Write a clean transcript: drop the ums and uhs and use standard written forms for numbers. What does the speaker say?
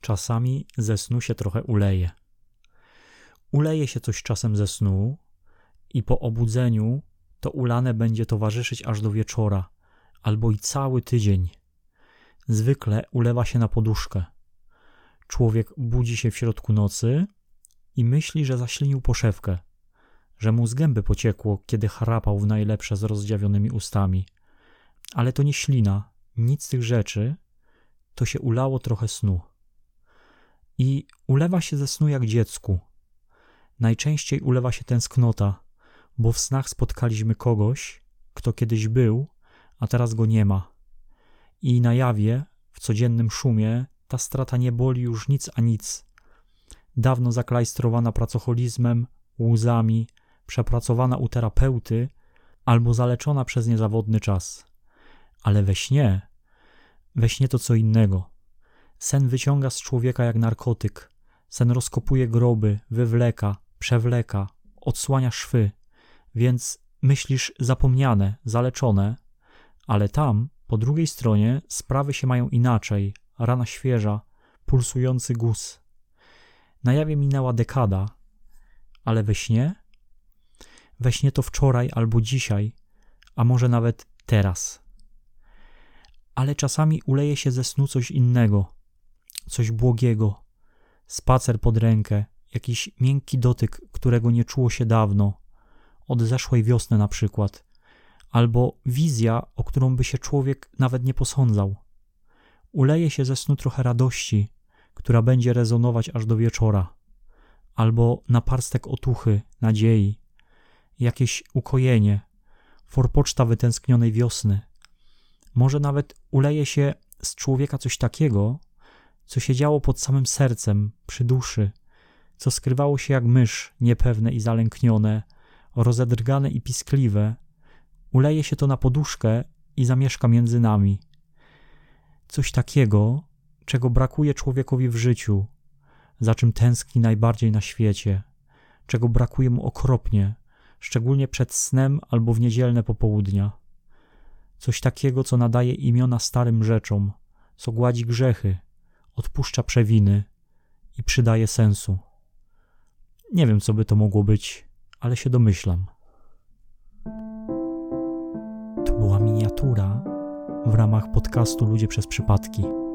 Czasami ze snu się trochę uleje. Uleje się coś czasem ze snu i po obudzeniu to ulane będzie towarzyszyć aż do wieczora, albo i cały tydzień. Zwykle ulewa się na poduszkę. Człowiek budzi się w środku nocy i myśli, że zaślinił poszewkę, że mu z gęby pociekło, kiedy chrapał w najlepsze z rozdziawionymi ustami. Ale to nie ślina, nic z tych rzeczy, to się ulało trochę snu. I ulewa się ze snu jak dziecku. Najczęściej ulewa się tęsknota, bo w snach spotkaliśmy kogoś, kto kiedyś był, a teraz go nie ma. I na jawie, w codziennym szumie, ta strata nie boli już nic a nic. Dawno zaklajstrowana pracoholizmem, łzami, przepracowana u terapeuty albo zaleczona przez niezawodny czas. Ale we śnie to co innego. Sen wyciąga z człowieka jak narkotyk. Sen rozkopuje groby, wywleka, przewleka, odsłania szwy. Więc myślisz zapomniane, zaleczone, ale tam, po drugiej stronie, sprawy się mają inaczej. Rana świeża, pulsujący guz. Na jawie minęła dekada, ale we śnie? We śnie to wczoraj albo dzisiaj, a może nawet teraz. Ale czasami uleje się ze snu coś innego, coś błogiego. Spacer pod rękę, jakiś miękki dotyk, którego nie czuło się dawno, od zeszłej wiosny na przykład, albo wizja, o którą by się człowiek nawet nie posądzał. Uleje się ze snu trochę radości, która będzie rezonować aż do wieczora, albo naparstek otuchy, nadziei, jakieś ukojenie, forpoczta wytęsknionej wiosny. Może nawet uleje się z człowieka coś takiego, co się działo pod samym sercem, przy duszy, co skrywało się jak mysz, niepewne i zalęknione, rozedrgane i piskliwe. Uleje się to na poduszkę i zamieszka między nami. Coś takiego, czego brakuje człowiekowi w życiu, za czym tęskni najbardziej na świecie, czego brakuje mu okropnie, szczególnie przed snem albo w niedzielne popołudnia. Coś takiego, co nadaje imiona starym rzeczom, co gładzi grzechy, odpuszcza przewiny i przydaje sensu. Nie wiem, co by to mogło być, ale się domyślam. To była miniatura w ramach podcastu Ludzie przez przypadki.